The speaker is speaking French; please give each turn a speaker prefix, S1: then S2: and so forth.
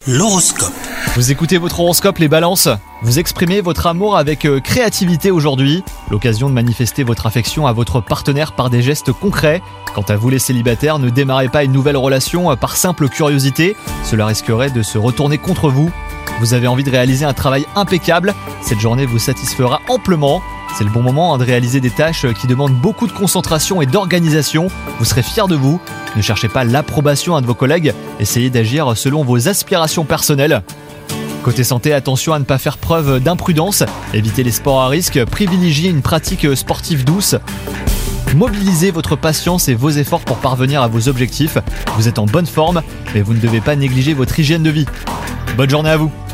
S1: L'horoscope.
S2: Vous écoutez votre horoscope les balances. Vous exprimez votre amour avec créativité aujourd'hui. L'occasion de manifester votre affection à votre partenaire par des gestes concrets. Quant à vous les célibataires, ne démarrez pas une nouvelle relation par simple curiosité. Cela risquerait de se retourner contre vous. Vous avez envie de réaliser un travail impeccable. Cette journée vous satisfera amplement. C'est le bon moment de réaliser des tâches qui demandent beaucoup de concentration et d'organisation. Vous serez fiers de vous. Ne cherchez pas l'approbation de vos collègues. Essayez d'agir selon vos aspirations personnelles. Côté santé, attention à ne pas faire preuve d'imprudence. Évitez les sports à risque. Privilégiez une pratique sportive douce. Mobilisez votre patience et vos efforts pour parvenir à vos objectifs. Vous êtes en bonne forme, mais vous ne devez pas négliger votre hygiène de vie. Bonne journée à vous!